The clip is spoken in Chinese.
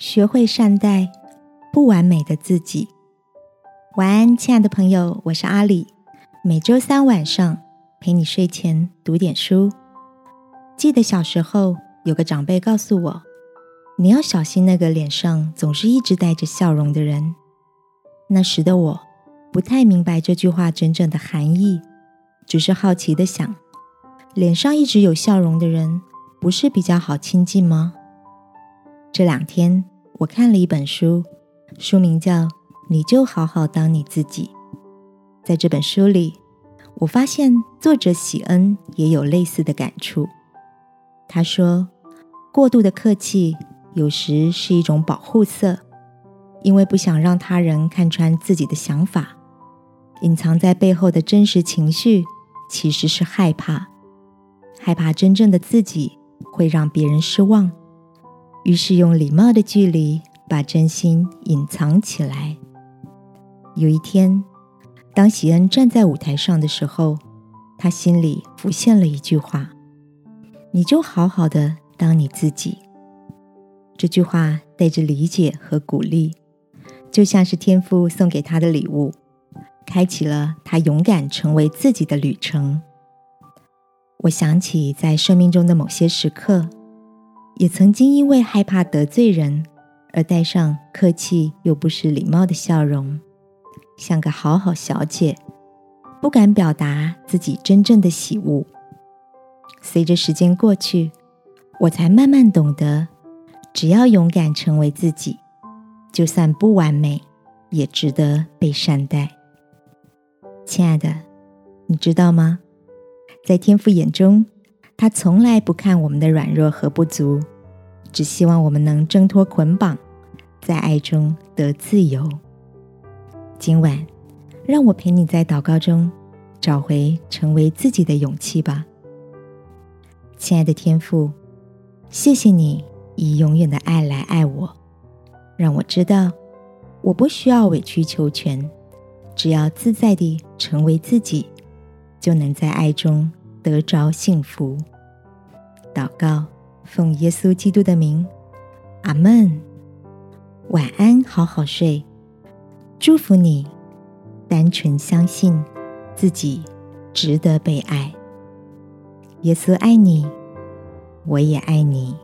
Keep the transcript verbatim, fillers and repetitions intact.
学会善待不完美的自己。晚安，亲爱的朋友，我是阿里。每周三晚上陪你睡前读点书。记得小时候有个长辈告诉我，你要小心那个脸上总是一直带着笑容的人。那时的我不太明白这句话真正的含义，只是好奇地想，脸上一直有笑容的人不是比较好亲近吗？这两天我看了一本书，书名叫《你就好好当你自己》。在这本书里，我发现作者喜恩也有类似的感触。他说，过度的客气有时是一种保护色，因为不想让他人看穿自己的想法，隐藏在背后的真实情绪其实是害怕，害怕真正的自己会让别人失望，于是用礼貌的距离把真心隐藏起来。有一天，当喜恩站在舞台上的时候，他心里浮现了一句话，你就好好的当你自己。这句话带着理解和鼓励，就像是天父送给他的礼物，开启了他勇敢成为自己的旅程。我想起在生命中的某些时刻，也曾经因为害怕得罪人而带上客气又不失礼貌的笑容，像个好好小姐，不敢表达自己真正的喜恶。随着时间过去，我才慢慢懂得，只要勇敢成为自己，就算不完美，也值得被善待。亲爱的，你知道吗？在天父眼中，他从来不看我们的软弱和不足，只希望我们能挣脱捆绑，在爱中得自由。今晚，让我陪你在祷告中找回成为自己的勇气吧。亲爱的天父，谢谢你以永远的爱来爱我，让我知道我不需要委曲求全，只要自在地成为自己，就能在爱中得着幸福。祷告，奉耶稣基督的名，阿们。晚安，好好睡。祝福你，单纯相信自己值得被爱。耶稣爱你，我也爱你。